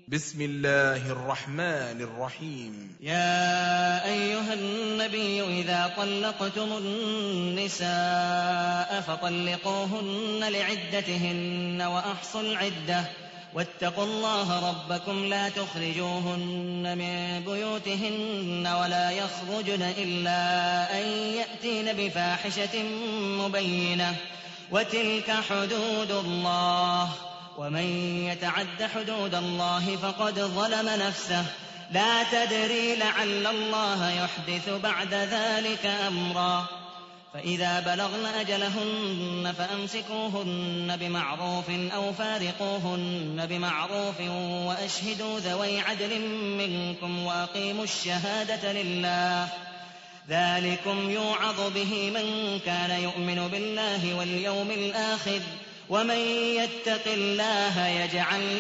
بسم الله الرحمن الرحيم. يا أيها النبي إذا طلقتم النساء فطلقوهن لعدتهن وأحصوا العدة واتقوا الله ربكم لا تخرجوهن من بيوتهن ولا يخرجن إلا أن يأتين بفاحشة مبينة وتلك حدود الله ومن يتعد حدود الله فقد ظلم نفسه لا تدري لعل الله يحدث بعد ذلك أمرا فإذا بلغن أجلهن فأمسكوهن بمعروف أو فارقوهن بمعروف وأشهدوا ذوي عدل منكم وأقيموا الشهادة لله ذلكم يوعظ به من كان يؤمن بالله واليوم الآخر ومن يتق الله يجعل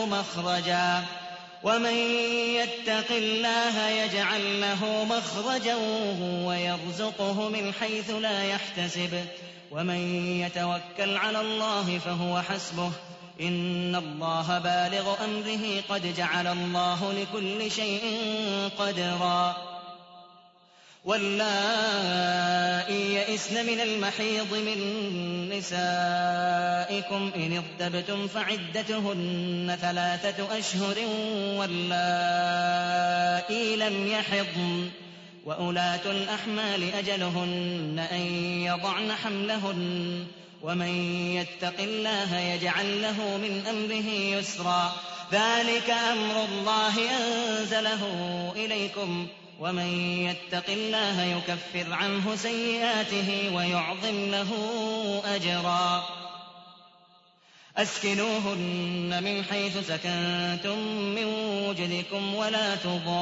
له مخرجا ويرزقه من حيث لا يحتسب ومن يتوكل على الله فهو حسبه إن الله بالغ أمره قد جعل الله لكل شيء قدرا واللائي يئسن من المحيض من نسائكم إن ارتبتم فعدتهن 3 أشهر واللائي لم يحضن وأولاة الأحمال أجلهن أن يضعن حملهن ومن يتق الله يجعل له من أمره يسرا ذلك أمر الله أنزله إليكم ومن يتق الله يكفر عنه سيئاته ويعظم له أجرا أسكنوهن من حيث سكنتم من وجدكم ولا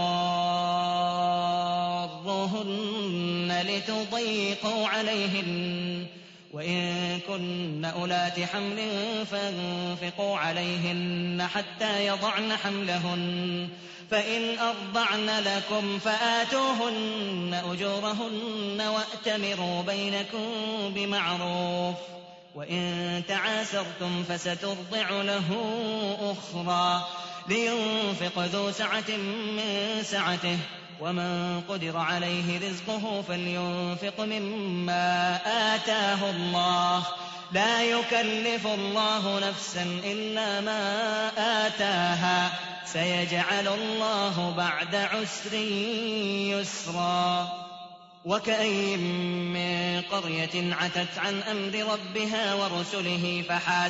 تضاروهن لتضيقوا عليهن وإن كن أولات حمل فانفقوا عليهن حتى يضعن حملهن فإن أرضعن لكم فآتوهن أجورهن وأتمروا بينكم بمعروف وإن تعاسرتم فسترضع له أخرى لينفق ذو سعة من سعته ومن قدر عليه رزقه فلينفق مما آتاه الله لا يكلف الله نفسا إلا ما آتاها سيجعل الله بعد عسر يسرا وكأين من قرية عتت عن أمر ربها ورسله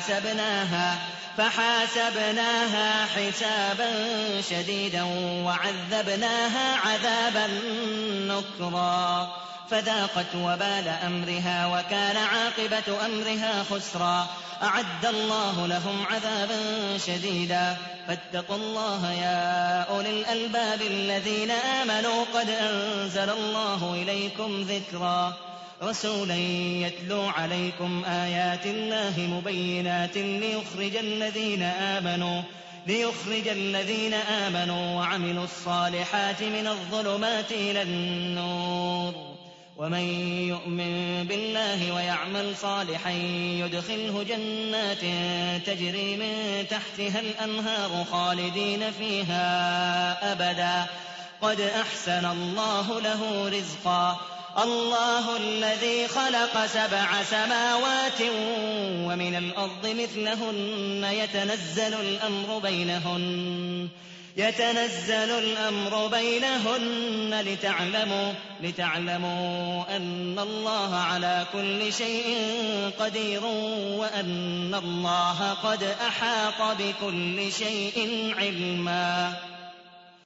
فحاسبناها حسابا شديدا وعذبناها عذابا نكرا فذاقت وبال أمرها وكان عاقبة أمرها خسرا أعد الله لهم عذابا شديدا فاتقوا الله يا أولي الألباب الذين آمنوا قد أنزل الله إليكم ذكرا رسولا يتلو عليكم آيات الله مبينات ليخرج الذين آمنوا وعملوا الصالحات من الظلمات إلى النور ومن يؤمن بالله ويعمل صالحا يدخله جنات تجري من تحتها الأنهار خالدين فيها أبدا قد أحسن الله له رزقا الله الذي خلق 7 سماوات ومن الأرض مثلهن يتنزل الأمر بينهن لتعلموا أن الله على كل شيء قدير وأن الله قد أحاط بكل شيء علما